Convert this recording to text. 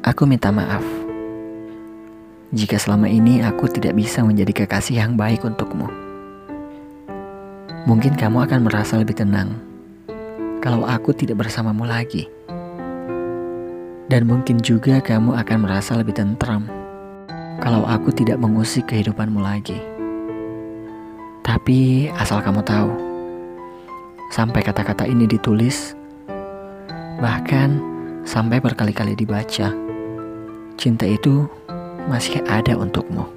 Aku minta maaf jika selama ini aku tidak bisa menjadi kekasih yang baik untukmu. Mungkin kamu akan merasa lebih tenang kalau aku tidak bersamamu lagi. Dan mungkin juga kamu akan merasa lebih tentram kalau aku tidak mengusik kehidupanmu lagi. Tapi asal kamu tahu, sampai kata-kata ini ditulis, bahkan sampai berkali-kali dibaca, cinta itu masih ada untukmu.